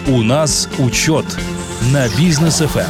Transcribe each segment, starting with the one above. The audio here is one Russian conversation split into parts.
У нас учет на Бизнес FM.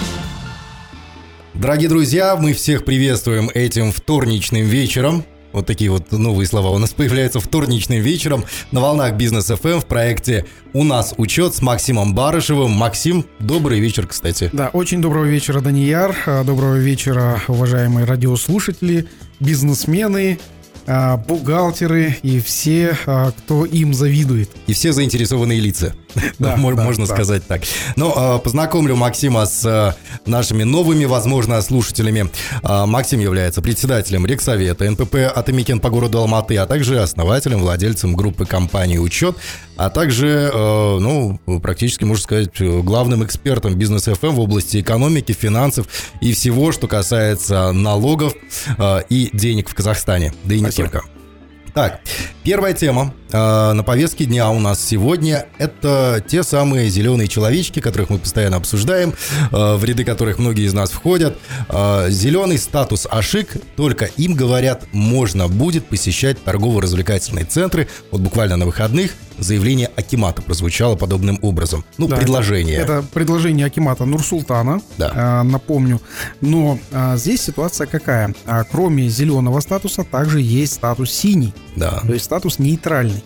Дорогие друзья, мы всех приветствуем этим вторничным вечером. Вот такие вот новые слова у нас появляются вторничным вечером на волнах Бизнес FM в проекте «У нас учет» с Максимом Барышевым. Максим, добрый вечер, кстати. Да, очень доброго вечера, Данияр. Доброго вечера, уважаемые радиослушатели, бизнесмены, бухгалтеры и все, кто им завидует. И все заинтересованные лица, можно сказать так. Но познакомлю Максима с нашими новыми, возможно, слушателями. Максим является председателем Рексовета НПП «Атамикен» по городу Алматы, а также основателем, владельцем группы компаний «Учет», а также, практически, можно сказать, главным экспертом Бизнес FM в области экономики, финансов и всего, что касается налогов и денег в Казахстане, да и не только. Так, первая тема на повестке дня у нас сегодня – это те самые зеленые человечки, которых мы постоянно обсуждаем, в ряды которых многие из нас входят. Зеленый статус АШИК, только им, говорят, можно будет посещать торгово-развлекательные центры. Вот буквально на выходных заявление акимата прозвучало подобным образом. Предложение. Это предложение акимата Нур-Султана, напомню. Но здесь ситуация какая? Кроме зеленого статуса, также есть статус синий, то есть статус нейтральный.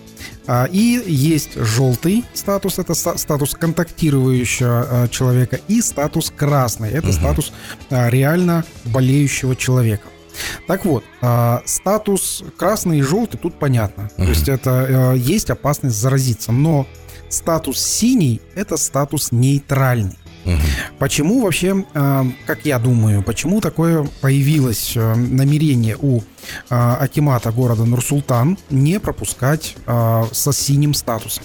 И есть желтый статус, это статус контактирующего человека, и статус красный, это статус реально болеющего человека. Так вот, статус красный и желтый тут понятно, то есть это есть опасность заразиться, но статус синий – это статус нейтральный. Почему вообще, как я думаю, почему такое появилось намерение у акимата города Нур-Султан не пропускать со синим статусом?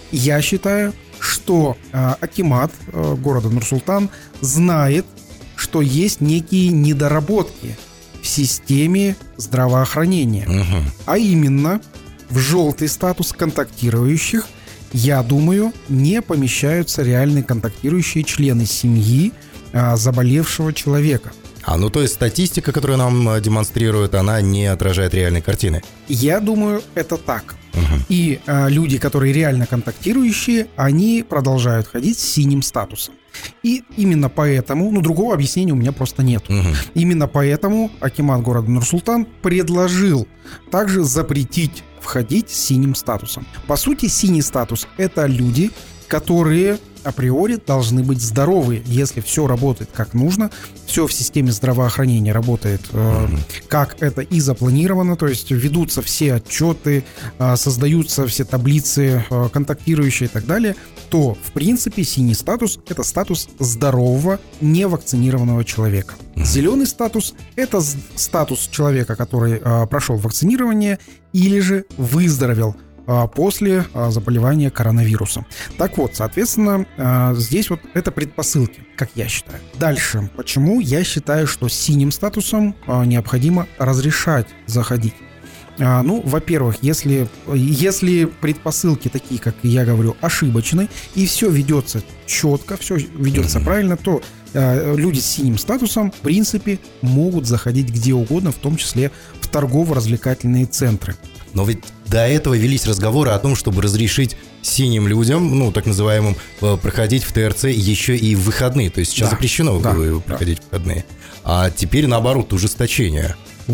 Я считаю, что акимат города Нур-Султан знает, что есть некие недоработки в системе здравоохранения, а именно в желтый статус контактирующих, я думаю, не помещаются реальные контактирующие члены семьи заболевшего человека. То есть статистика, которую нам демонстрируют, она не отражает реальной картины? Я думаю, это так. И люди, которые реально контактирующие, они продолжают ходить с синим статусом. И именно поэтому, другого объяснения у меня просто нет. Именно поэтому акимат города Нур-Султан предложил также запретить входить с синим статусом. По сути, синий статус – это люди, которые априори должны быть здоровы, если все работает как нужно, все в системе здравоохранения работает как это и запланировано, то есть ведутся все отчеты, создаются все таблицы контактирующие и так далее, то, в принципе, синий статус – это статус здорового, невакцинированного человека. Зеленый статус – это статус человека, который прошел вакцинирование или же выздоровел после заболевания коронавирусом. Так вот, соответственно, здесь вот это предпосылки, как я считаю. Дальше, почему я считаю, что с синим статусом необходимо разрешать заходить? Во-первых, если предпосылки такие, как я говорю, ошибочны, и все ведется четко, все ведется правильно, то люди с синим статусом, в принципе, могут заходить где угодно, в том числе в торгово-развлекательные центры. Но ведь до этого велись разговоры о том, чтобы разрешить синим людям, так называемым, проходить в ТРЦ еще и в выходные. То есть сейчас запрещено проходить в выходные. А теперь, наоборот, ужесточение.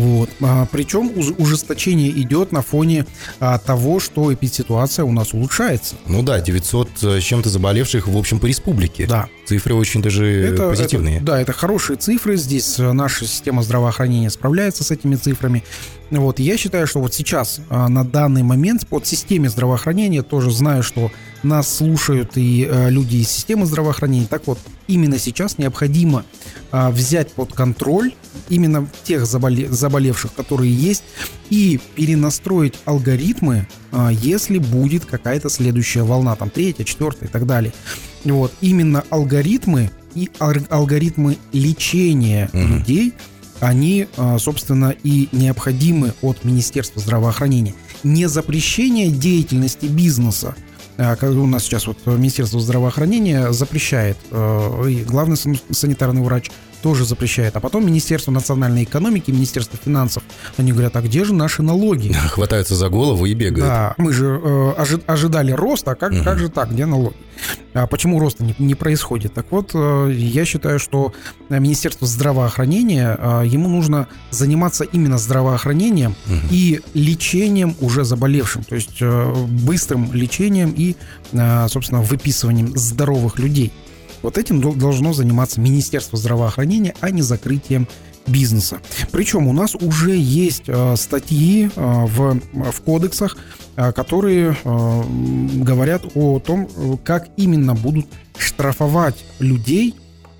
Причем ужесточение идет на фоне того, что эпидситуация у нас улучшается. 900 с чем-то заболевших, в общем, по республике. Да. Цифры очень даже позитивные. Это хорошие цифры. Здесь наша система здравоохранения справляется с этими цифрами. Я считаю, что вот сейчас, на данный момент, под системе здравоохранения, тоже знаю, что нас слушают и люди из системы здравоохранения. Так вот, именно сейчас необходимо взять под контроль именно тех заболевших, которые есть, и перенастроить алгоритмы, если будет какая-то следующая волна, там, 3-я, 4-я и так далее. Именно алгоритмы и алгоритмы лечения людей, они, собственно, и необходимы от Министерства здравоохранения. Не запрещение деятельности бизнеса, как у нас сейчас Министерство здравоохранения запрещает, и главный санитарный врач тоже запрещает. А потом Министерство национальной экономики, Министерство финансов, они говорят, а где же наши налоги? Хватаются за голову и бегают. Да, мы же ожидали роста, а как же так, где налоги? А почему роста не происходит? Так вот, я считаю, что Министерство здравоохранения, ему нужно заниматься именно здравоохранением и лечением уже заболевшим, то есть быстрым лечением и, собственно, выписыванием здоровых людей. Вот этим должно заниматься Министерство здравоохранения, а не закрытием бизнеса. Причем у нас уже есть статьи в кодексах, которые говорят о том, как именно будут штрафовать людей,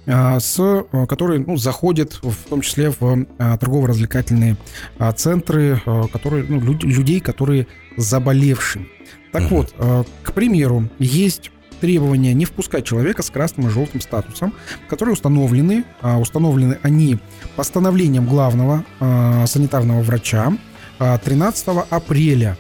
которые заходят в том числе в торгово-развлекательные центры, людей, которые заболевшие. Так вот, к примеру, есть требования не впускать человека с красным и желтым статусом, которые установлены они постановлением главного санитарного врача 13 апреля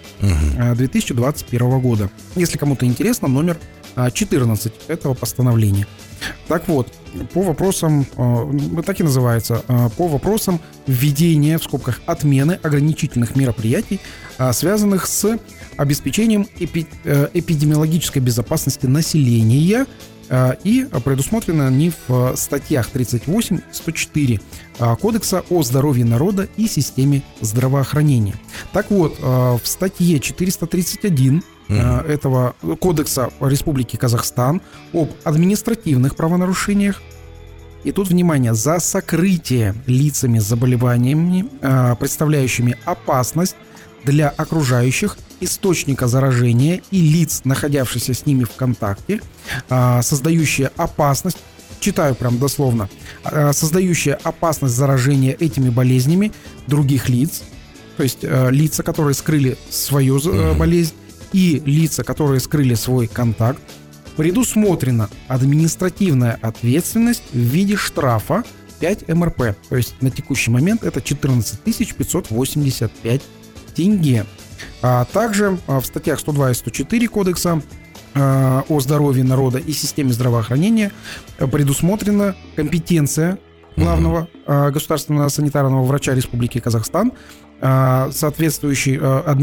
2021 года. Если кому-то интересно, номер 14 этого постановления. Так вот, по вопросам, так и называется, по вопросам введения, в скобках, отмены ограничительных мероприятий, связанных с обеспечением эпидемиологической безопасности населения, и предусмотрены они в статьях 38 и 104 Кодекса о здоровье народа и системе здравоохранения. Так вот, в статье 431 этого Кодекса Республики Казахстан об административных правонарушениях, и тут, внимание, за сокрытие лицами с заболеваниями, представляющими опасность для окружающих, источника заражения и лиц, находившихся с ними в контакте, создающие опасность, читаю прям дословно, создающие опасность заражения этими болезнями других лиц, то есть лица, которые скрыли свою болезнь, и лица, которые скрыли свой контакт, предусмотрена административная ответственность в виде штрафа 5 МРП. То есть на текущий момент это 14 585 тенге. А также в статьях 102 и 104 Кодекса о здоровье народа и системе здравоохранения предусмотрена компетенция главного государственного санитарного врача Республики Казахстан, соответствующей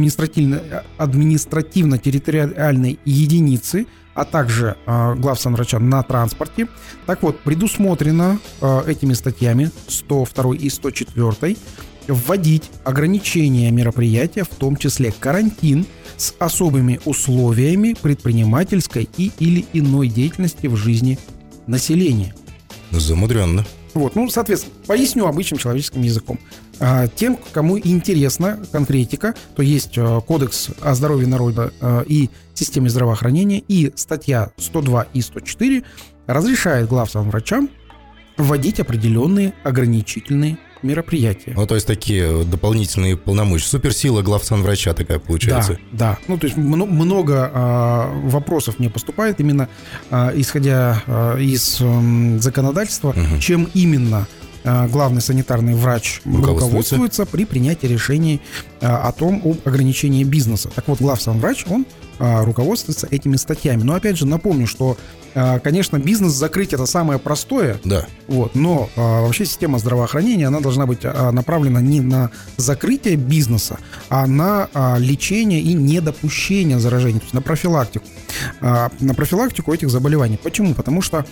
административно-территориальной единицы, а также главсанврача на транспорте. Так вот, предусмотрено этими статьями 102 и 104 вводить ограничения мероприятия, в том числе карантин, с особыми условиями предпринимательской и или иной деятельности в жизни населения. Замудренно. Вот, соответственно, поясню обычным человеческим языком. Тем, кому интересна конкретика, то есть Кодекс о здоровье народа и системе здравоохранения, и статья 102 и 104 разрешает главсанврачам вводить определенные ограничительные мероприятия. То есть такие дополнительные полномочия. Суперсила главсанврача такая получается. Да. То есть много вопросов мне поступает именно исходя из законодательства, чем именно главный санитарный врач руководствуется при принятии решений о том, об ограничении бизнеса. Так вот, главсанврач, он руководствуется этими статьями. Но опять же напомню, что, конечно, бизнес закрыть — это самое простое. Да. Но вообще система здравоохранения, она должна быть направлена не на закрытие бизнеса, а на лечение и недопущение заражения, то есть на профилактику. На профилактику этих заболеваний. Почему? Потому что,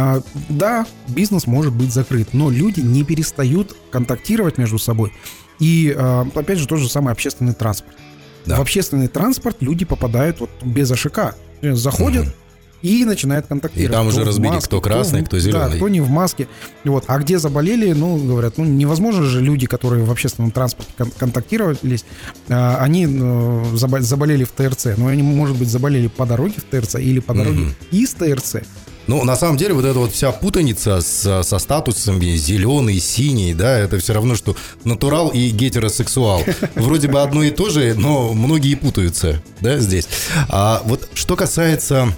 да, бизнес может быть закрыт, но люди не перестают контактировать между собой. И, опять же, тот же самый общественный транспорт. Да. В общественный транспорт люди попадают без АШК. Заходят и начинают контактировать. И там уже разбили, кто красный, кто зеленый. Да, кто не в маске. А где заболели, говорят, невозможно же люди, которые в общественном транспорте контактировались, они заболели в ТРЦ. Но они, может быть, заболели по дороге в ТРЦ или по дороге из ТРЦ. На самом деле, вот эта вся путаница со статусами зеленый, синий, да, это все равно, что натурал и гетеросексуал. Вроде бы одно и то же, но многие путаются, да, здесь. А вот что касается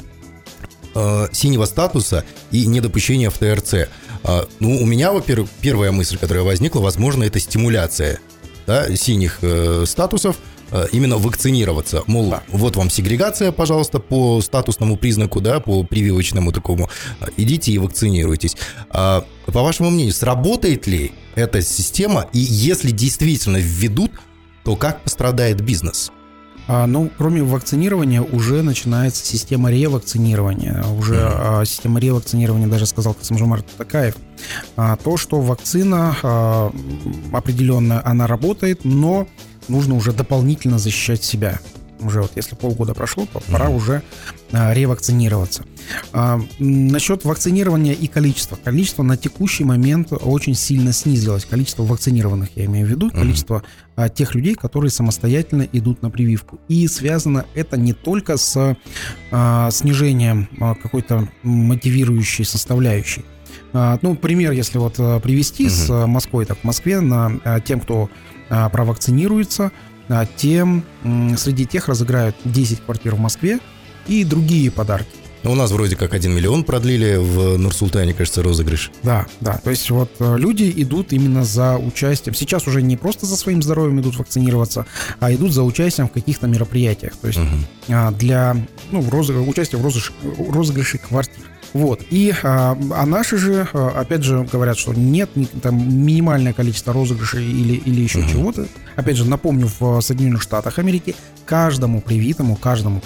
синего статуса и недопущения в ТРЦ. У меня, во-первых, первая мысль, которая возникла, возможно, это стимуляция, да, синих статусов именно вакцинироваться. Мол, вот вам сегрегация, пожалуйста, по статусному признаку, да, по прививочному такому. Идите и вакцинируйтесь. По вашему мнению, сработает ли эта система? И если действительно введут, то как пострадает бизнес? Кроме вакцинирования, уже начинается система ревакцинирования. Уже система ревакцинирования, даже сказал Касым-Жомарт Токаев. То, что вакцина определенная, она работает, но нужно уже дополнительно защищать себя. Уже вот если полгода прошло, то пора уже ревакцинироваться. Насчет вакцинирования и количества. Количество на текущий момент очень сильно снизилось. Количество вакцинированных, я имею в виду, количество тех людей, которые самостоятельно идут на прививку. И связано это не только с снижением какой-то мотивирующей составляющей. Пример, если вот привести с Москвой, так в Москве тем, кто провакцинируется, тем среди тех разыграют 10 квартир в Москве и другие подарки. У нас вроде как 1 миллион продлили в Нур-Султане, кажется, розыгрыш. Да. То есть вот люди идут именно за участием. Сейчас уже не просто за своим здоровьем идут вакцинироваться, а идут за участием в каких-то мероприятиях. То есть для участия в розыгрыше квартир. Вот. А наши же, опять же, говорят, что нет там минимальное количество розыгрышей или еще чего-то. Опять же, напомню, в Соединенных Штатах Америки каждому привитому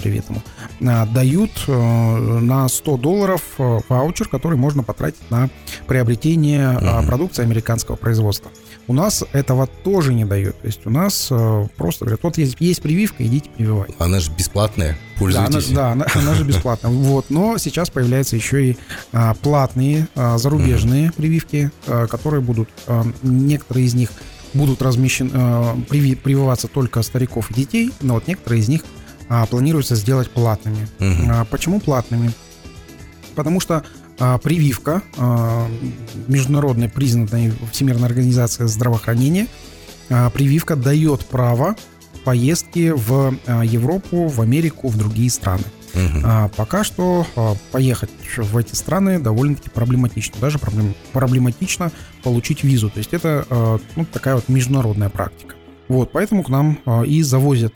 дают на $100 ваучер, который можно потратить на приобретение продукции американского производства. У нас этого тоже не дают. То есть у нас просто говорят, вот есть прививка, идите прививать. Она же бесплатная, пользуйтесь. Она же бесплатная. Вот. Но сейчас появляются еще и платные зарубежные прививки, которые будут, некоторые из них будут прививаться только стариков и детей, но вот некоторые из них планируется сделать платными. Почему платными? Потому что прививка, международной признанной Всемирной организацией здравоохранения, прививка дает право поездки в Европу, в Америку, в другие страны. Пока что поехать в эти страны довольно-таки проблематично. Даже проблематично получить визу. То есть это такая вот международная практика. Вот, поэтому к нам и завозят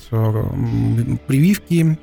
прививки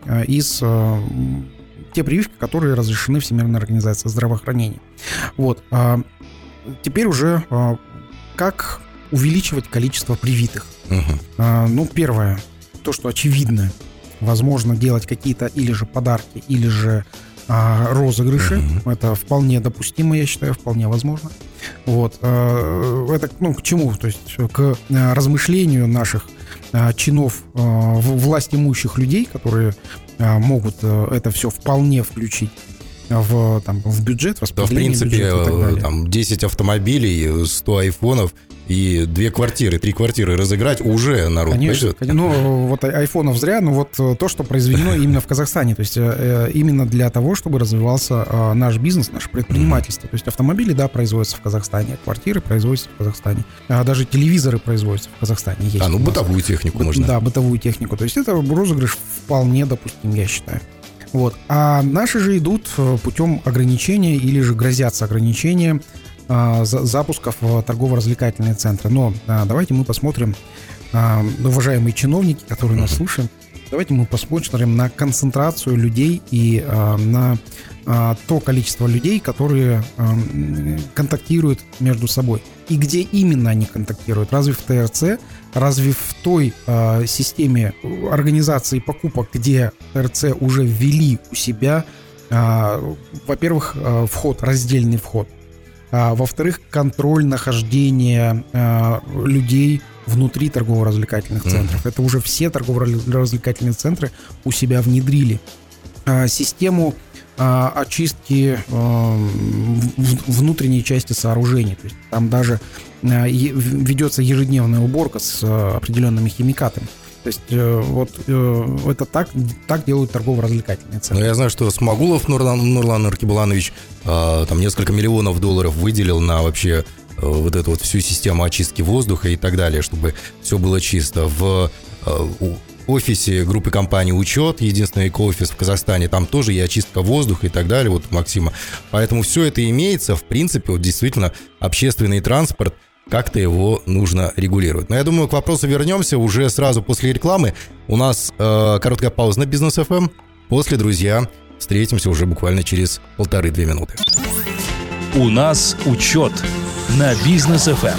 те прививки, которые разрешены Всемирной организацией здравоохранения. Вот. Теперь уже как увеличивать количество привитых? Первое, то, что очевидно, возможно делать какие-то или же подарки, или же розыгрыши. Это вполне допустимо, я считаю, вполне возможно. Вот. Это к чему? То есть к размышлению наших чинов, власть имущих людей, которые могут это все вполне включить в бюджет, распределение бюджета и так далее. Там 10 автомобилей, 100 айфонов и 2 квартиры, 3 квартиры разыграть уже народ пойдет. Вот айфонов зря, но вот то, что произведено именно в Казахстане, то есть именно для того, чтобы развивался наш бизнес, наше предпринимательство. То есть автомобили, производятся в Казахстане, квартиры производятся в Казахстане, даже телевизоры производятся в Казахстане. Есть бытовую технику можно. Да, бытовую технику. То есть это розыгрыш вполне допустим, я считаю. Вот. А наши же идут путем ограничения или же грозятся ограничением запусков в торгово-развлекательные центры. Но давайте мы посмотрим, уважаемые чиновники, которые нас слушают, давайте мы посмотрим на концентрацию людей и на то количество людей, которые контактируют между собой. И где именно они контактируют? Разве в ТРЦ? Разве в той системе организации покупок, где ТРЦ уже ввели у себя, во-первых, раздельный вход, во-вторых, контроль нахождения людей внутри торгово-развлекательных центров. Это уже все торгово-развлекательные центры у себя внедрили. Систему очистки внутренней части сооружений. То есть там даже ведется ежедневная уборка с определенными химикатами. То есть это так делают торгово-развлекательные центры. Я знаю, что Смагулов Нурлан Аркибуланович там несколько миллионов долларов выделил на вообще вот эту вот всю систему очистки воздуха и так далее, чтобы все было чисто. В офисе группы компаний «Учет», единственный эко-офис в Казахстане, там тоже и очистка воздуха и так далее, вот Максима. Поэтому все это имеется, в принципе, вот действительно общественный транспорт как-то его нужно регулировать. Но я думаю, к вопросу вернемся уже сразу после рекламы. У нас короткая пауза на Бизнес FM. После, друзья, встретимся уже буквально через 1,5-2 минуты. У нас учет на Бизнес FM.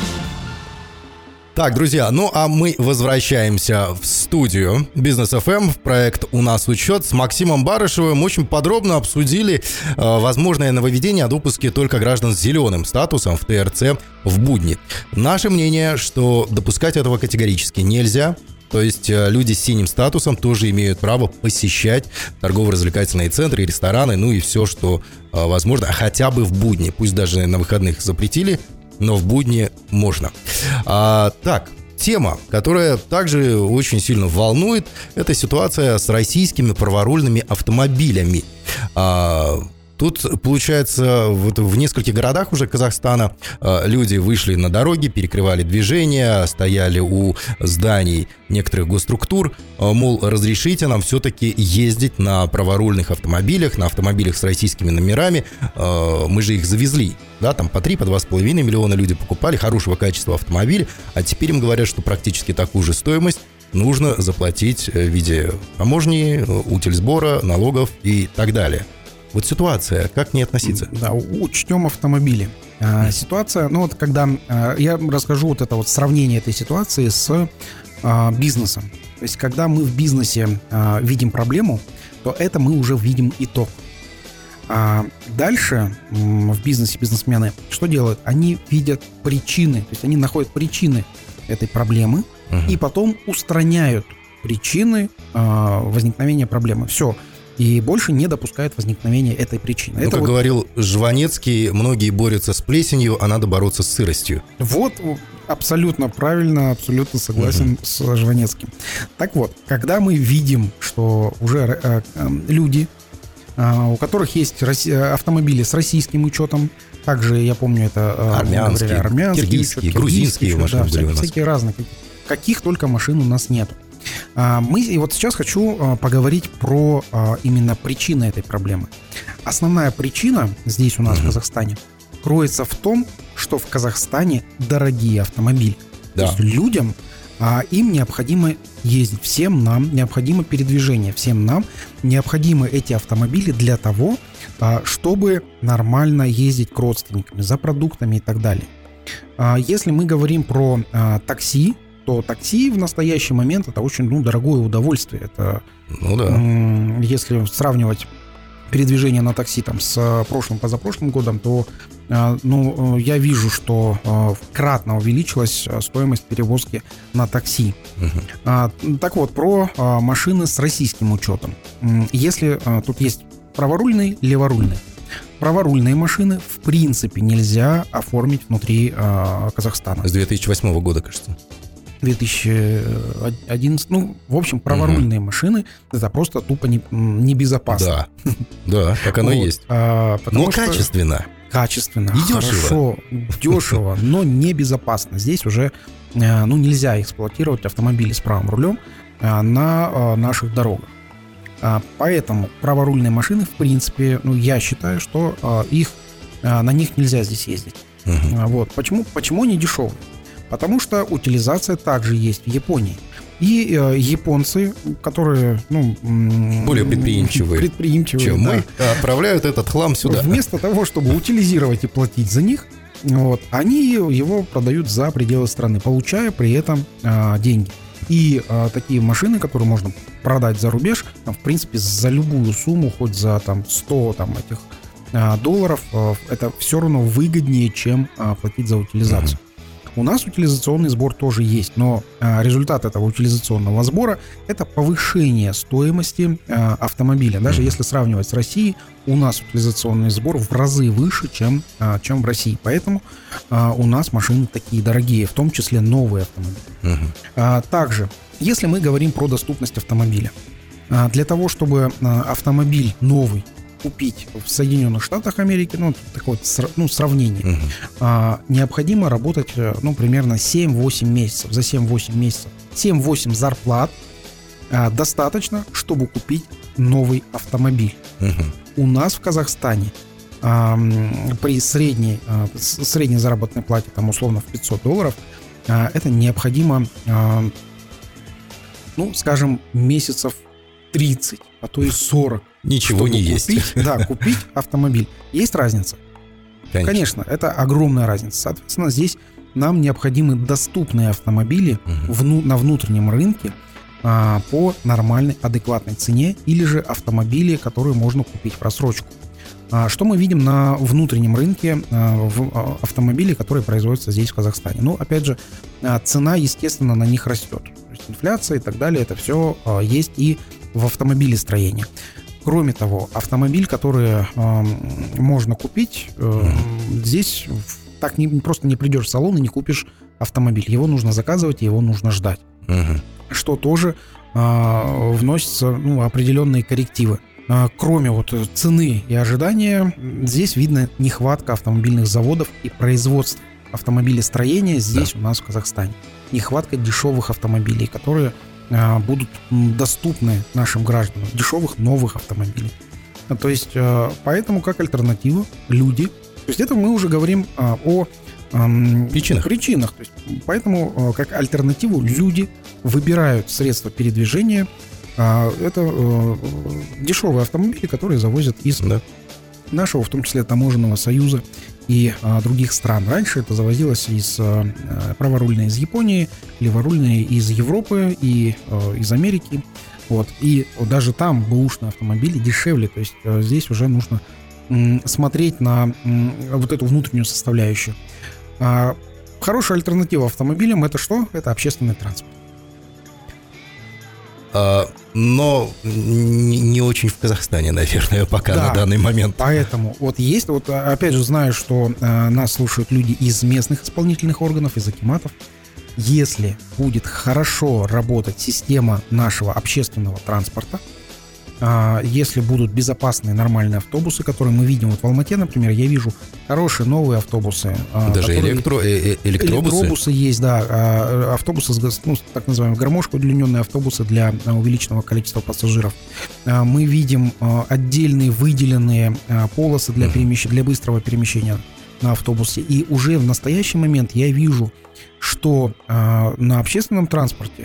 Так, друзья, ну а мы возвращаемся в студию Бизнес FM, в проект «У нас учет» с Максимом Барышевым. Очень подробно обсудили возможное нововведение о допуске только граждан с зеленым статусом в ТРЦ в будни. Наше мнение, что допускать этого категорически нельзя. То есть люди с синим статусом тоже имеют право посещать торгово-развлекательные центры, рестораны, ну и все, что возможно, хотя бы в будни. Пусть даже на выходных запретили, но в будни можно. Так, тема, которая также очень сильно волнует, это ситуация с российскими праворульными автомобилями. Тут, получается, вот в нескольких городах уже Казахстана люди вышли на дороги, перекрывали движение, стояли у зданий некоторых госструктур, мол, разрешите нам все-таки ездить на праворульных автомобилях, на автомобилях с российскими номерами, мы же их завезли, да, там по 3, по 2,5 миллиона люди покупали хорошего качества автомобиля, а теперь им говорят, что практически такую же стоимость нужно заплатить в виде таможни, утильсбора, налогов и так далее. Вот ситуация, как к ней относиться? Да, учтем автомобили. Ситуация, ну вот когда я расскажу вот это вот сравнение этой ситуации с бизнесом. То есть когда мы в бизнесе видим проблему, то это мы уже видим итог. Дальше в бизнесе бизнесмены что делают? Они видят причины, то есть они находят причины этой проблемы и потом устраняют причины возникновения проблемы. Все. И больше не допускают возникновения этой причины. Ну, это как вот... говорил Жванецкий, многие борются с плесенью, а надо бороться с сыростью. Вот, абсолютно правильно, абсолютно согласен с Жванецким. Так вот, когда мы видим, что уже люди, у которых есть автомобили с российским учетом, также, я помню, это армянские, киргизские, грузинские машины, да, всякие разные, каких только машин у нас нет. И вот сейчас хочу поговорить про именно причины этой проблемы. Основная причина здесь у нас в Казахстане кроется в том, что в Казахстане дорогие автомобили. Да. То есть людям им необходимо ездить, всем нам необходимо передвижение, всем нам необходимы эти автомобили для того, чтобы нормально ездить к родственникам, за продуктами и так далее. Если мы говорим про такси, то такси в настоящий момент это очень дорогое удовольствие. Это, если сравнивать передвижение на такси там, с позапрошлым годом, то я вижу, что кратно увеличилась стоимость перевозки на такси. Так вот, про машины с российским учетом. Если тут есть праворульные, леворульные. Праворульные машины в принципе нельзя оформить внутри Казахстана. С 2008 года, кажется. 2011, в общем, праворульные машины это просто тупо небезопасно. Да, так оно и есть. Но качественно. Качественно, и хорошо, дешево, но небезопасно. Здесь уже нельзя эксплуатировать автомобили с правым рулем на наших дорогах. Поэтому праворульные машины, в принципе, я считаю, что на них нельзя здесь ездить. Вот. Почему они дешевые? Потому что утилизация также есть в Японии. И японцы, которые более предприимчивые, чем мы, отправляют этот хлам сюда. Вместо того, чтобы утилизировать и платить за них, они его продают за пределы страны, получая при этом деньги. И такие машины, которые можно продать за рубеж, в принципе, за любую сумму, хоть за 100 этих долларов, это все равно выгоднее, чем платить за утилизацию. У нас утилизационный сбор тоже есть, но результат этого утилизационного сбора – это повышение стоимости автомобиля. Даже если сравнивать с Россией, у нас утилизационный сбор в разы выше, чем в России. Поэтому у нас машины такие дорогие, в том числе новые автомобили. Также, если мы говорим про доступность автомобиля, для того, чтобы автомобиль новый купить в Соединенных Штатах Америки, такое сравнение, необходимо работать, примерно 7-8 месяцев. За 7-8 месяцев 7-8 зарплат достаточно, чтобы купить новый автомобиль. У нас в Казахстане при средней заработной плате, там, условно, в $500, это необходимо, ну, скажем, месяцев 30, а то и 40. Ничего не есть. Да, купить автомобиль. Есть разница? Конечно, это огромная разница. Соответственно, здесь нам необходимы доступные автомобили на внутреннем рынке по нормальной, адекватной цене, или же автомобили, которые можно купить в рассрочку. Что мы видим на внутреннем рынке в автомобиле, которые производятся здесь, в Казахстане? Ну, опять же, цена, естественно, на них растет. То есть инфляция и так далее, это все есть и в автомобилестроении. Кроме того, автомобиль, который можно купить, здесь так просто не придешь в салон и не купишь автомобиль. Его нужно заказывать, его нужно ждать. Что тоже вносятся определенные коррективы. Кроме вот цены и ожидания, здесь видно нехватка автомобильных заводов и производства автомобилестроения здесь у нас в Казахстане. Нехватка дешевых автомобилей, которые будут доступны нашим гражданам, дешевых новых автомобилей. То есть, поэтому как альтернатива люди, то есть это мы уже говорим о причинах. То есть, поэтому как альтернативу люди выбирают средства передвижения. Это дешевые автомобили, которые завозят из нашего, в том числе таможенного союза и других стран. Раньше это завозилось праворульные из Японии, леворульные из Европы и из Америки. Вот. И даже там бэушные автомобили дешевле. То есть здесь уже нужно смотреть на вот эту внутреннюю составляющую. Хорошая альтернатива автомобилям — это что? Это общественный транспорт. Но не очень в Казахстане, наверное, пока на данный момент. Поэтому опять же, знаю, что нас слушают люди из местных исполнительных органов, из акиматов. Если будет хорошо работать система нашего общественного транспорта, если будут безопасные, нормальные автобусы, которые мы видим вот в Алмате, например, я вижу хорошие новые автобусы. Даже электробусы есть, да. Автобусы, так называемые гармошкой удлиненные автобусы для увеличенного количества пассажиров. Мы видим отдельные выделенные полосы для быстрого перемещения на автобусе. И уже в настоящий момент я вижу, что на общественном транспорте,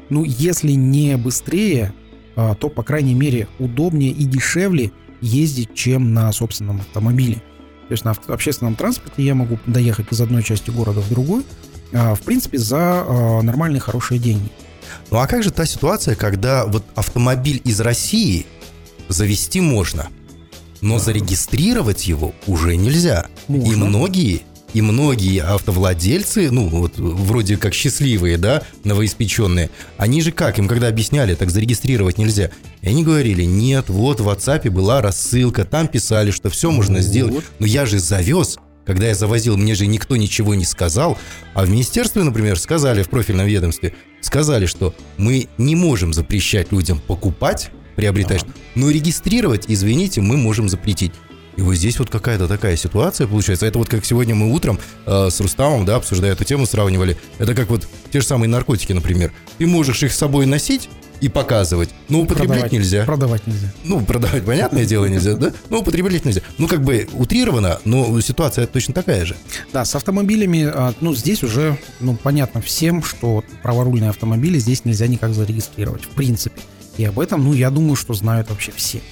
если не быстрее, то, по крайней мере, удобнее и дешевле ездить, чем на собственном автомобиле. То есть на общественном транспорте я могу доехать из одной части города в другую, в принципе, за нормальные, хорошие деньги. Ну а как же та ситуация, когда вот автомобиль из России завести можно, но зарегистрировать его уже нельзя? Можно. И многие автовладельцы, вроде как счастливые, новоиспеченные, они же как, им когда объясняли, так зарегистрировать нельзя, и они говорили: нет, вот в WhatsApp была рассылка, там писали, что все можно сделать, но я же завез, когда я завозил, мне же никто ничего не сказал, а в министерстве, например, сказали, в профильном ведомстве, сказали, что мы не можем запрещать людям покупать, приобретать, но регистрировать, извините, мы можем запретить. И вот здесь вот какая-то такая ситуация получается. Это вот как сегодня мы утром с Рустамом, обсуждая эту тему, сравнивали. Это как вот те же самые наркотики, например. Ты можешь их с собой носить и показывать, но употреблять нельзя. Продавать нельзя. Продавать, понятное дело, нельзя, да? Но употреблять нельзя. Как бы утрировано, но ситуация точно такая же. Да, с автомобилями, здесь уже, понятно всем, что праворульные автомобили здесь нельзя никак зарегистрировать, в принципе. И об этом, я думаю, что знают вообще все.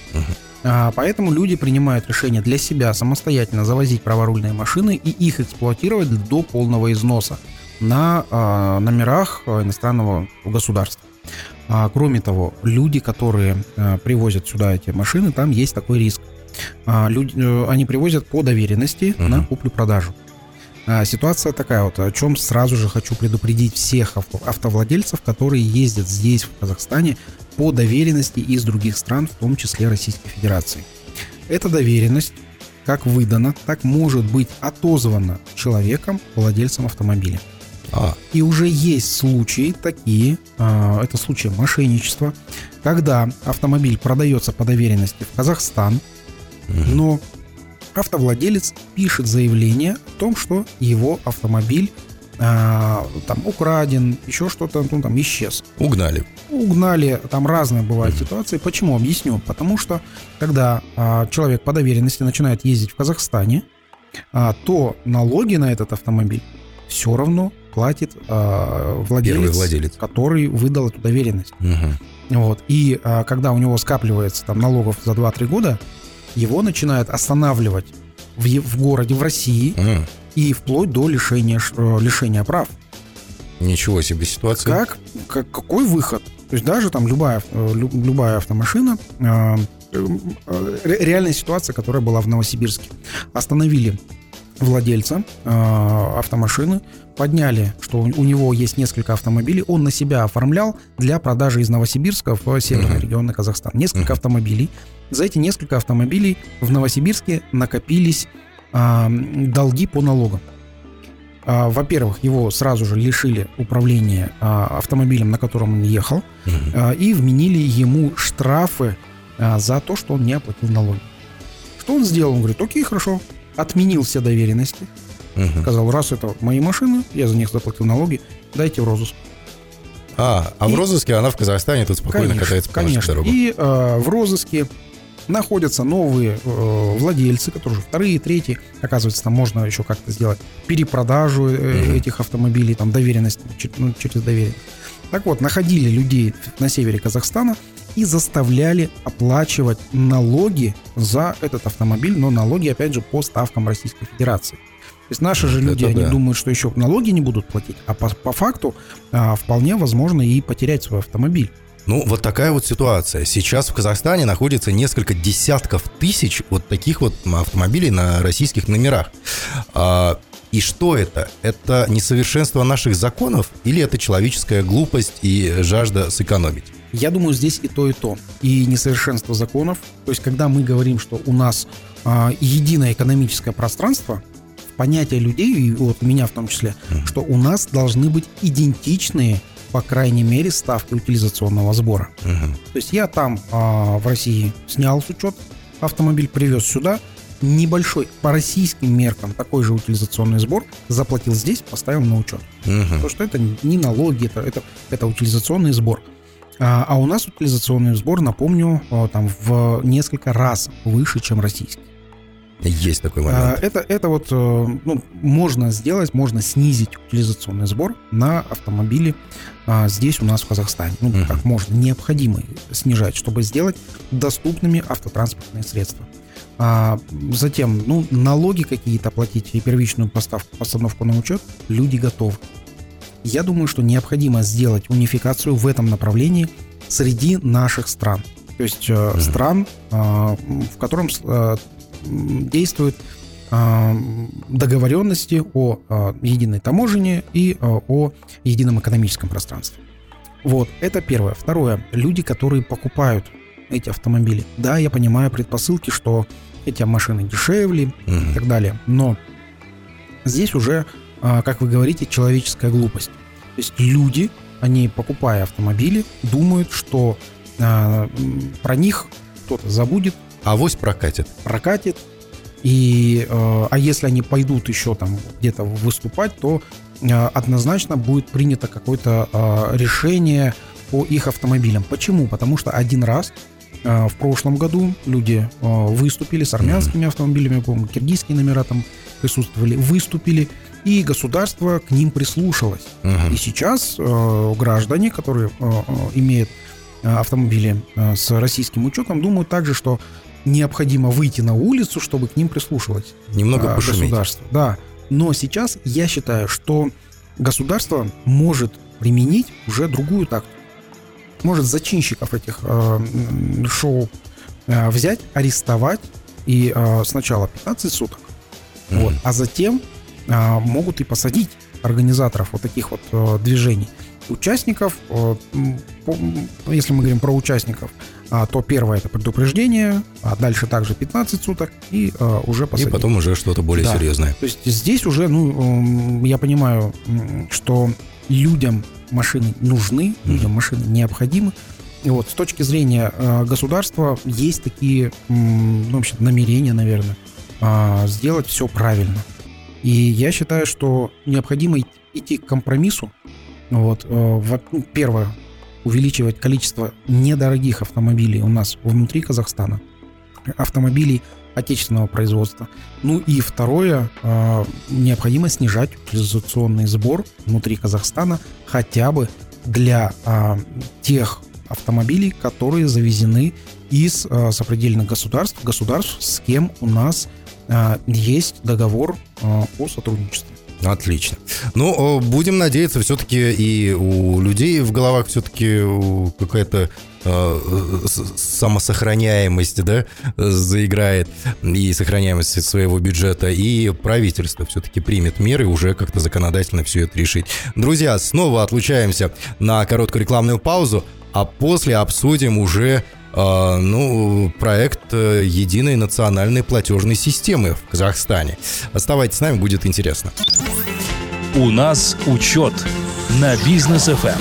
Поэтому люди принимают решение для себя самостоятельно завозить праворульные машины и их эксплуатировать до полного износа на номерах иностранного государства. Кроме того, люди, которые привозят сюда эти машины, там есть такой риск. Они привозят по доверенности на куплю-продажу. Ситуация такая вот, о чем сразу же хочу предупредить всех автовладельцев, которые ездят здесь, в Казахстане, по доверенности из других стран, в том числе Российской Федерации. Эта доверенность, как выдана, так может быть отозвана человеком, владельцем автомобиля. И уже есть случаи такие, это случаи мошенничества, когда автомобиль продается по доверенности в Казахстан, но автовладелец пишет заявление о том, что его автомобиль там украден, еще что-то, ну, там исчез. Угнали, там разные бывают ситуации. Почему? Объясню. Потому что, когда человек по доверенности начинает ездить в Казахстане, то налоги на этот автомобиль все равно платит владелец, который выдал эту доверенность. Вот. И когда у него скапливается там налогов за 2-3 года, его начинают останавливать в городе, в России, и вплоть до лишения прав. Ничего себе ситуация. Какой выход? То есть даже там любая автомашина, реальная ситуация, которая была в Новосибирске. Остановили владельца автомашины, подняли, что у него есть несколько автомобилей, он на себя оформлял для продажи из Новосибирска в северный регион Казахстана. Несколько автомобилей. За эти несколько автомобилей в Новосибирске накопились долги по налогам. Во-первых, его сразу же лишили управления автомобилем, на котором он ехал, и вменили ему штрафы за то, что он не оплатил налоги. Что он сделал? Он говорит: окей, хорошо. Отменил все доверенности. Сказал: раз это мои машины, я за них заплатил налоги, дайте в розыск. В розыске она в Казахстане тут спокойно катается по нашим дорогам. И в розыске находятся новые владельцы, которые уже вторые, третьи. Оказывается, там можно еще как-то сделать перепродажу этих автомобилей, там доверенность, через доверенность. Так вот, находили людей на севере Казахстана и заставляли оплачивать налоги за этот автомобиль, но налоги, опять же, по ставкам Российской Федерации. То есть наши же люди, они думают, что еще налоги не будут платить, а по факту вполне возможно и потерять свой автомобиль. Ну, вот такая вот ситуация. Сейчас в Казахстане находится несколько десятков тысяч вот таких вот автомобилей на российских номерах. И что это? Это несовершенство наших законов или это человеческая глупость и жажда сэкономить? Я думаю, здесь и то, и то. И несовершенство законов. То есть, когда мы говорим, что у нас единое экономическое пространство, понятие людей, и вот меня в том числе, что у нас должны быть идентичные, по крайней мере, ставки утилизационного сбора. То есть я там в России снял с учета автомобиль, привез сюда, небольшой, по российским меркам, такой же утилизационный сбор, заплатил здесь, поставил на учет. Потому что это не налоги, это утилизационный сбор. А у нас утилизационный сбор, напомню, там в несколько раз выше, чем российский. Есть такой момент. Это вот можно сделать, можно снизить утилизационный сбор на автомобили здесь у нас в Казахстане. Как можно, необходимо снижать, чтобы сделать доступными автотранспортные средства. Затем, налоги какие-то платить и первичную постановку на учет люди готовы. Я думаю, что необходимо сделать унификацию в этом направлении среди наших стран. То есть стран, в котором действуют договоренности о единой таможне и о едином экономическом пространстве. Вот, это первое. Второе. Люди, которые покупают эти автомобили. Да, я понимаю предпосылки, что эти машины дешевле и так далее. Но здесь уже, как вы говорите, человеческая глупость. То есть люди, они, покупая автомобили, думают, что про них кто-то забудет. Авось прокатит. А если они пойдут еще там где-то выступать, то однозначно будет принято какое-то решение по их автомобилям. Почему? Потому что один раз в прошлом году люди выступили с армянскими автомобилями, по-моему, киргизские номера там присутствовали, выступили, и государство к ним прислушалось. И сейчас граждане, которые имеют автомобили с российским учетом, думают также, что необходимо выйти на улицу, чтобы к ним прислушивалось немного государство. Да. Но сейчас я считаю, что государство может применить уже другую тактику. Может зачинщиков этих шоу взять, арестовать и сначала 15 суток, а затем могут и посадить организаторов вот таких вот движений. Участников, если мы говорим про участников, то первое — это предупреждение, а дальше также 15 суток и уже посадить. И потом уже что-то более серьезное. То есть здесь уже, я понимаю, что людям машины нужны, людям машины необходимы. И вот с точки зрения государства есть такие вообще намерения, наверное, сделать все правильно. И я считаю, что необходимо идти к компромиссу. Вот, первое, увеличивать количество недорогих автомобилей у нас внутри Казахстана, автомобилей отечественного производства. Ну и второе, необходимо снижать утилизационный сбор внутри Казахстана хотя бы для тех автомобилей, которые завезены из сопредельных государств, с кем у нас есть договор о сотрудничестве. Отлично. Ну, будем надеяться, все-таки и у людей в головах все-таки какая-то самосохраняемость, да, заиграет, и сохраняемость своего бюджета, и правительство все-таки примет меры уже как-то законодательно все это решить. Друзья, снова отлучаемся на короткую рекламную паузу, а после обсудим уже проект единой национальной платежной системы в Казахстане. Оставайтесь с нами, будет интересно. У нас учет на Бизнес FM.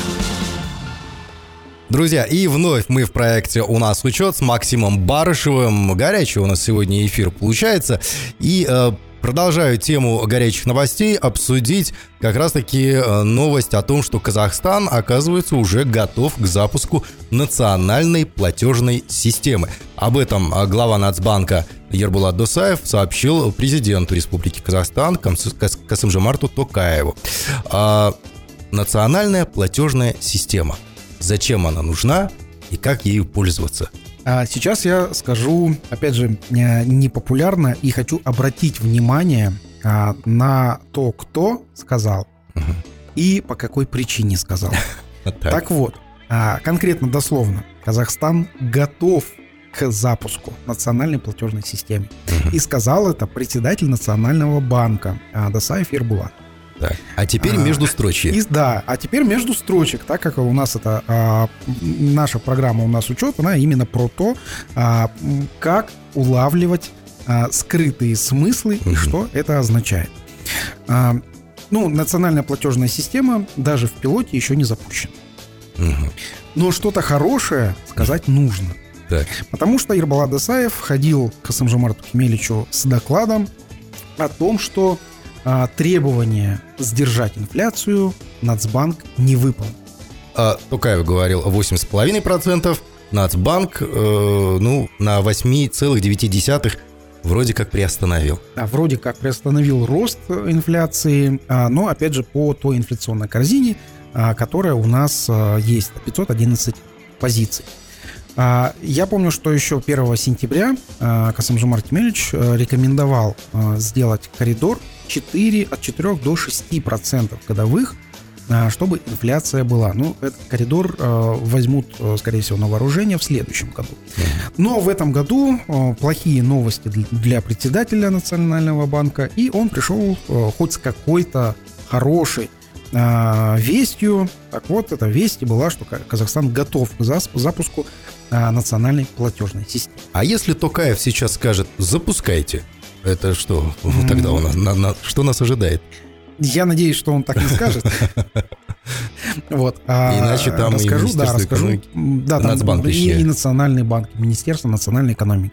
Друзья, и вновь мы в проекте «У нас учет» с Максимом Барышевым. Горячий у нас сегодня эфир получается. И продолжаю тему горячих новостей обсудить как раз-таки новость о том, что Казахстан, оказывается, уже готов к запуску национальной платежной системы. Об этом глава Нацбанка Ербулат Досаев сообщил президенту Республики Казахстан Касым-Жомарту Токаеву. Национальная платежная система. Зачем она нужна и как ею пользоваться? Сейчас я скажу, опять же, непопулярно, и хочу обратить внимание на то, кто сказал и по какой причине сказал. Так вот, конкретно дословно, Казахстан готов к запуску национальной платежной системы. И сказал это председатель Национального банка Досаев Ербулат. Так. А теперь между строчек. А теперь между строчек, так как у нас это наша программа «У нас учет», она именно про то, как улавливать скрытые смыслы и что это означает. Национальная платежная система даже в пилоте еще не запущена. Но что-то хорошее сказать нужно. Так. Потому что Ербулат Досаев ходил к Касым-Жомарту Кемелевичу с докладом о том, что требование сдержать инфляцию Нацбанк не выполнил. Токаев говорил 8,5%, Нацбанк на 8,9% вроде как приостановил. Вроде как приостановил рост инфляции, но опять же по той инфляционной корзине, которая у нас есть, 511 позиций. Я помню, что еще 1 сентября Касым-Жомарт Кемелевич рекомендовал сделать коридор от 4 до 6% годовых, чтобы инфляция была. Этот коридор возьмут, скорее всего, на вооружение в следующем году. Но в этом году плохие новости для председателя Национального банка, и он пришел хоть с какой-то хорошей вестью. Так вот, эта весть была, что Казахстан готов к запуску национальной платежной системы. А если Токаев сейчас скажет «запускайте», это что? Тогда у нас, что нас ожидает? Я надеюсь, что он так не скажет. Иначе там расскажу, Нацбанк и Национальный банк, Министерство национальной экономики.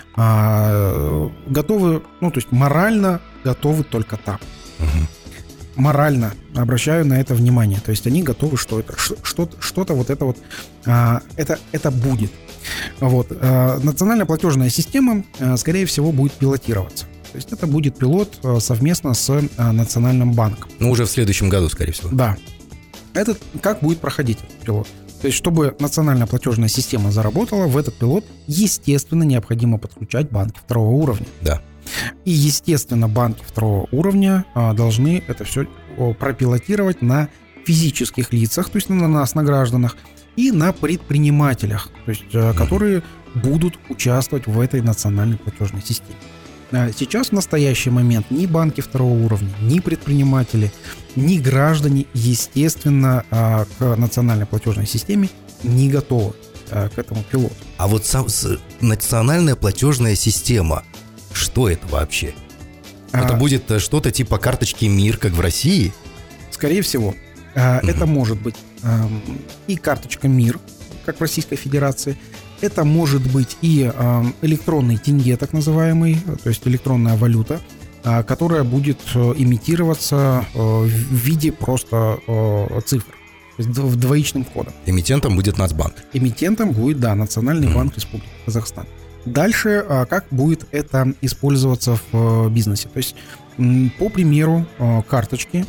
Готовы, то есть морально готовы только там. Морально обращаю на это внимание. То есть они готовы, что это что-то вот это вот это будет. Национальная платежная система, скорее всего, будет пилотироваться. То есть это будет пилот совместно с Национальным банком. Уже в следующем году, скорее всего. Да. Это как будет проходить этот пилот? То есть, чтобы национальная платежная система заработала, в этот пилот, естественно, необходимо подключать банки второго уровня. Да. И, естественно, банки второго уровня должны это все пропилотировать на физических лицах, то есть на нас, на гражданах, и на предпринимателях, то есть которые будут участвовать в этой национальной платежной системе. Сейчас, в настоящий момент, ни банки второго уровня, ни предприниматели, ни граждане, естественно, к национальной платежной системе не готовы к этому пилоту. А вот национальная платежная система, что это вообще? Это будет что-то типа карточки МИР, как в России? Скорее всего. Это может быть и карточка МИР, как в Российской Федерации. Это может быть и электронный тенге, так называемый, то есть электронная валюта. которая будет имитироваться в виде просто цифр, то есть в двоичным кодом. Эмитентом будет Нацбанк. Эмитентом будет, да, Национальный банк Республики Казахстан. Дальше, как будет это использоваться в бизнесе? То есть, по примеру, карточки,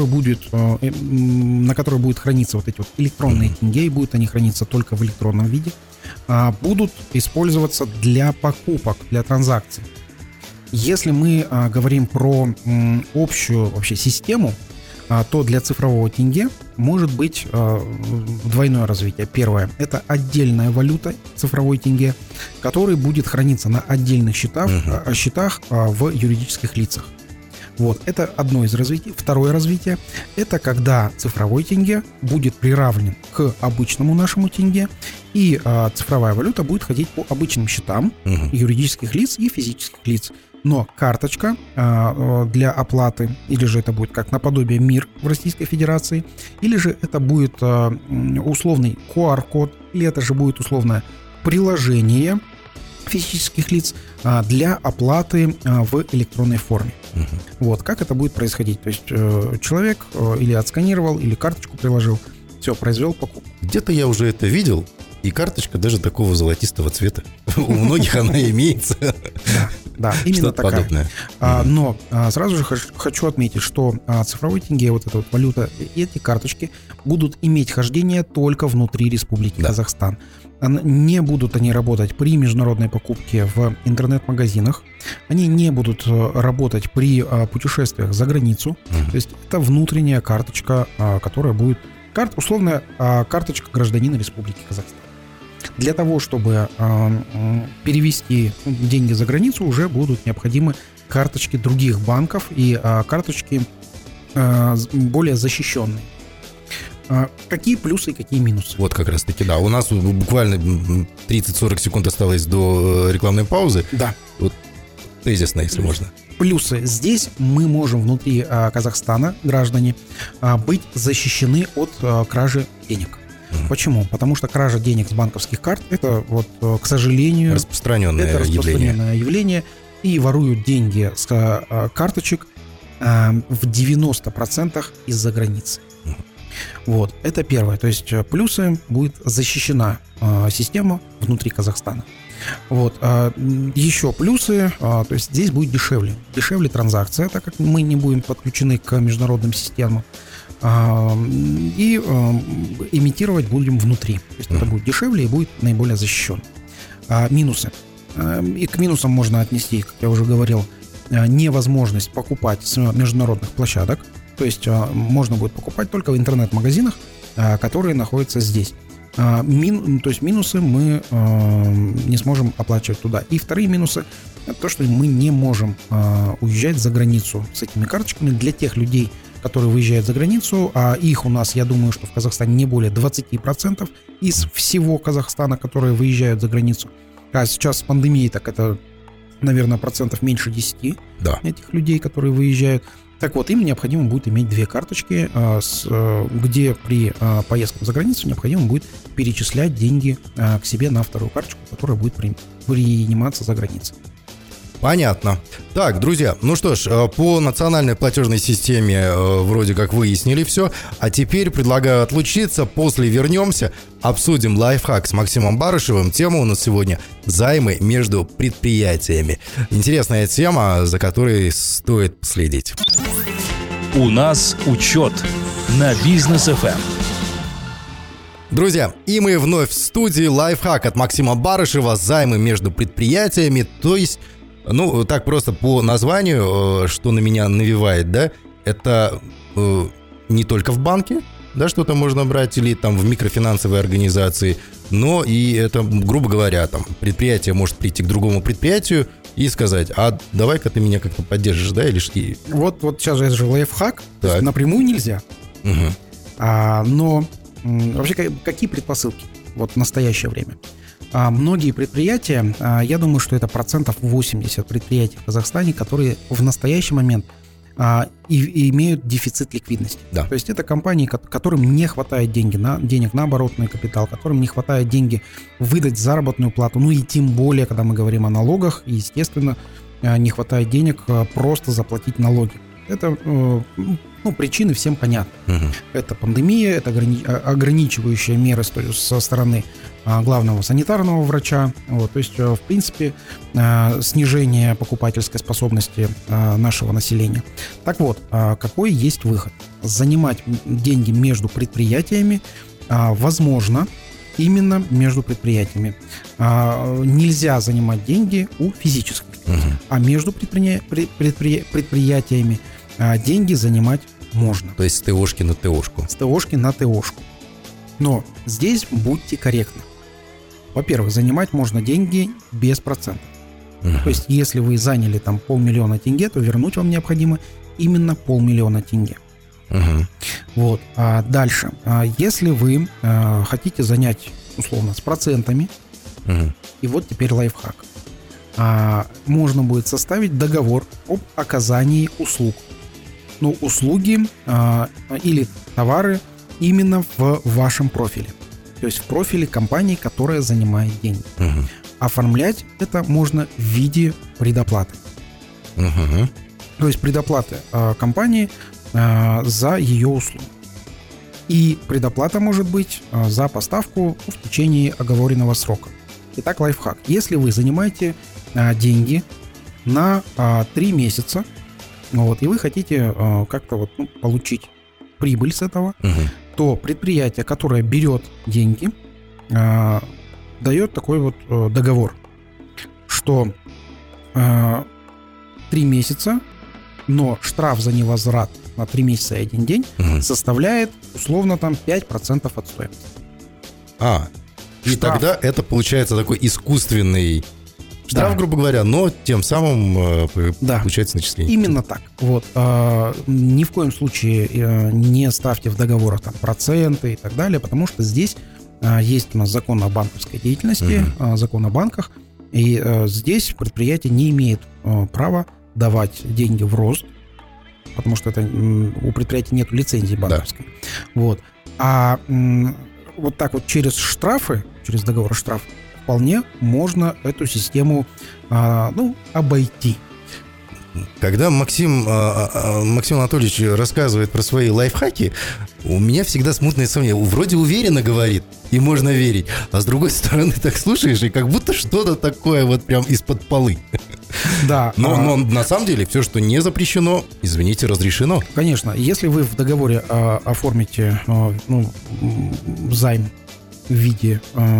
на которой будет храниться вот эти вот электронные тенге, и будут они храниться только в электронном виде, будут использоваться для покупок, для транзакций. Если мы говорим про общую вообще систему, то для цифрового тенге может быть двойное развитие. Первое – это отдельная валюта цифровой тенге, который будет храниться на отдельных счетах в юридических лицах. Вот, это одно из развитий. Второе развитие – это когда цифровой тенге будет приравнен к обычному нашему тенге, и цифровая валюта будет ходить по обычным счетам юридических лиц и физических лиц. Но карточка для оплаты, или же это будет как наподобие МИР в Российской Федерации, или же это будет условный QR-код, или это же будет условное приложение физических лиц для оплаты в электронной форме. Вот, как это будет происходить? То есть человек или отсканировал, или карточку приложил, все, произвел покупку. Где-то я уже это видел, и карточка даже такого золотистого цвета. У многих она имеется. Да, именно такая. Подобное. Но сразу же хочу отметить, что цифровой тенге, вот эта вот валюта, эти карточки будут иметь хождение только внутри Республики Казахстан. Не будут они работать при международной покупке в интернет-магазинах. Они не будут работать при путешествиях за границу. То есть это внутренняя карточка, которая будет условная карточка гражданина Республики Казахстан. Для того, чтобы перевести деньги за границу, уже будут необходимы карточки других банков и карточки более защищенные. Какие плюсы и какие минусы? Вот как раз таки, да. У нас буквально 30-40 секунд осталось до рекламной паузы. Да. Вот тезисно, если можно. Плюсы. Здесь мы можем внутри Казахстана, граждане, быть защищены от кражи денег. Почему? Потому что кража денег с банковских карт – это, вот, к сожалению, распространенное явление. И воруют деньги с карточек в 90% из-за границы. Вот, это первое. То есть плюсы: будет защищена система внутри Казахстана. Вот, еще плюсы, то есть здесь будет дешевле транзакция, так как мы не будем подключены к международным системам. И имитировать будем внутри. То есть это будет дешевле и будет наиболее защищен. Минусы. И к минусам можно отнести, как я уже говорил, невозможность покупать с международных площадок. То есть можно будет покупать только в интернет-магазинах, которые находятся здесь. То есть минусы мы не сможем оплачивать туда. И вторые минусы – это то, что мы не можем уезжать за границу с этими карточками. Для тех людей, которые выезжают за границу, а их у нас, я думаю, что в Казахстане не более 20% из всего Казахстана, которые выезжают за границу. А сейчас с пандемией, так это, наверное, процентов меньше 10 этих людей, которые выезжают. Так вот, им необходимо будет иметь две карточки, где при поездках за границу необходимо будет перечислять деньги к себе на вторую карточку, которая будет приниматься за границей. Понятно. Так, друзья, ну что ж, по национальной платежной системе вроде как выяснили все. А теперь предлагаю отлучиться, после вернемся, обсудим лайфхак с Максимом Барышевым. Тема у нас сегодня – займы между предприятиями. Интересная тема, за которой стоит следить. У нас учет на Бизнес FM. Друзья, и мы вновь в студии. Лайфхак от Максима Барышева. Займы между предприятиями, то есть... Ну, так просто по названию, что на меня навевает, да, это не только в банке, да, что-то можно брать, или там в микрофинансовой организации, но и это, грубо говоря, там предприятие может прийти к другому предприятию и сказать: а давай-ка ты меня как-то поддержишь, да, или что? Вот сейчас же это же лайфхак, то есть напрямую нельзя. Но вообще какие предпосылки вот в настоящее время? Многие предприятия, я думаю, что это 80% предприятий в Казахстане, которые в настоящий момент имеют дефицит ликвидности. Да. То есть это компании, которым не хватает денег на оборотный капитал, которым не хватает деньги выдать заработную плату, ну и тем более, когда мы говорим о налогах, естественно, не хватает денег просто заплатить налоги. Это причины всем понятны. Это пандемия, это ограничивающие меры со стороны главного санитарного врача. То есть, в принципе, снижение покупательской способности нашего населения. Так вот, какой есть выход? Занимать деньги между предприятиями возможно именно между предприятиями. Нельзя занимать деньги у физических лиц, а между предприятиями деньги занимать можно. То есть с ТОшки на ТОшку. С ТОшки на ТОшку. Но здесь будьте корректны. Во-первых, занимать можно деньги без процентов. То есть если вы заняли там 500 000 тенге, то вернуть вам необходимо именно 500 000 тенге. А дальше. Если вы хотите занять, условно, с процентами, и вот теперь лайфхак. Можно будет составить договор об оказании услуг. Услуги или товары именно в вашем профиле. То есть в профиле компании, которая занимает деньги. Оформлять это можно в виде предоплаты. То есть предоплаты компании за ее услуги. И предоплата может быть за поставку в течение оговоренного срока. Итак, лайфхак. Если вы занимаете деньги на 3 месяца, и вы хотите как-то получить прибыль с этого, то предприятие, которое берет деньги, дает такой договор, что 3 месяца, но штраф за невозврат на 3 месяца и 1 день составляет условно 5% от стоимости. И тогда это получается такой искусственный штраф, грубо говоря, но тем самым получается начисление. Именно так. Ни в коем случае не ставьте в договорах проценты и так далее, потому что здесь есть у нас закон о банковской деятельности, закон о банках, и здесь предприятие не имеет права давать деньги в рост, потому что это у предприятия нет лицензии банковской. А так через штрафы, через договор о штрафе, вполне можно эту систему обойти. Когда Максим Анатольевич рассказывает про свои лайфхаки, у меня всегда смутное сомнение. Вроде уверенно говорит, и можно верить, а с другой стороны так слушаешь, и как будто что-то такое прям из-под полы. Да. Но на самом деле все, что не запрещено, извините, разрешено. Конечно. Если вы в договоре оформите займ в виде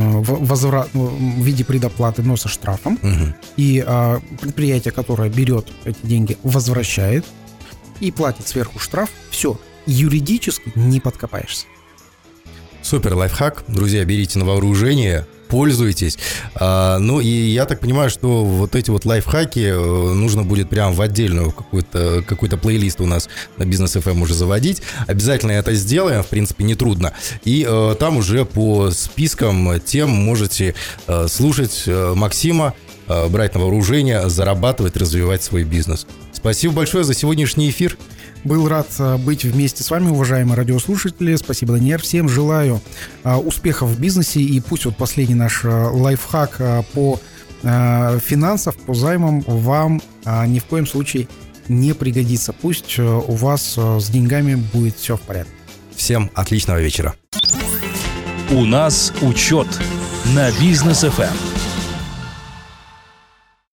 в виде предоплаты, но со штрафом, и предприятие, которое берет эти деньги, возвращает и платит сверху штраф, все, юридически не подкопаешься. Супер лайфхак. Друзья, берите на вооружение, пользуйтесь. И я так понимаю, что эти лайфхаки нужно будет прям в отдельную какой-то плейлист у нас на Бизнес FM уже заводить. Обязательно это сделаем, в принципе, нетрудно. И там уже по спискам тем можете слушать Максима, брать на вооружение, зарабатывать, развивать свой бизнес. Спасибо большое за сегодняшний эфир. Был рад быть вместе с вами, уважаемые радиослушатели. Спасибо, Даниэль. Всем желаю успехов в бизнесе. И пусть последний наш лайфхак по финансам, по займам вам ни в коем случае не пригодится. Пусть у вас с деньгами будет все в порядке. Всем отличного вечера. У нас учет на Бизнес FM.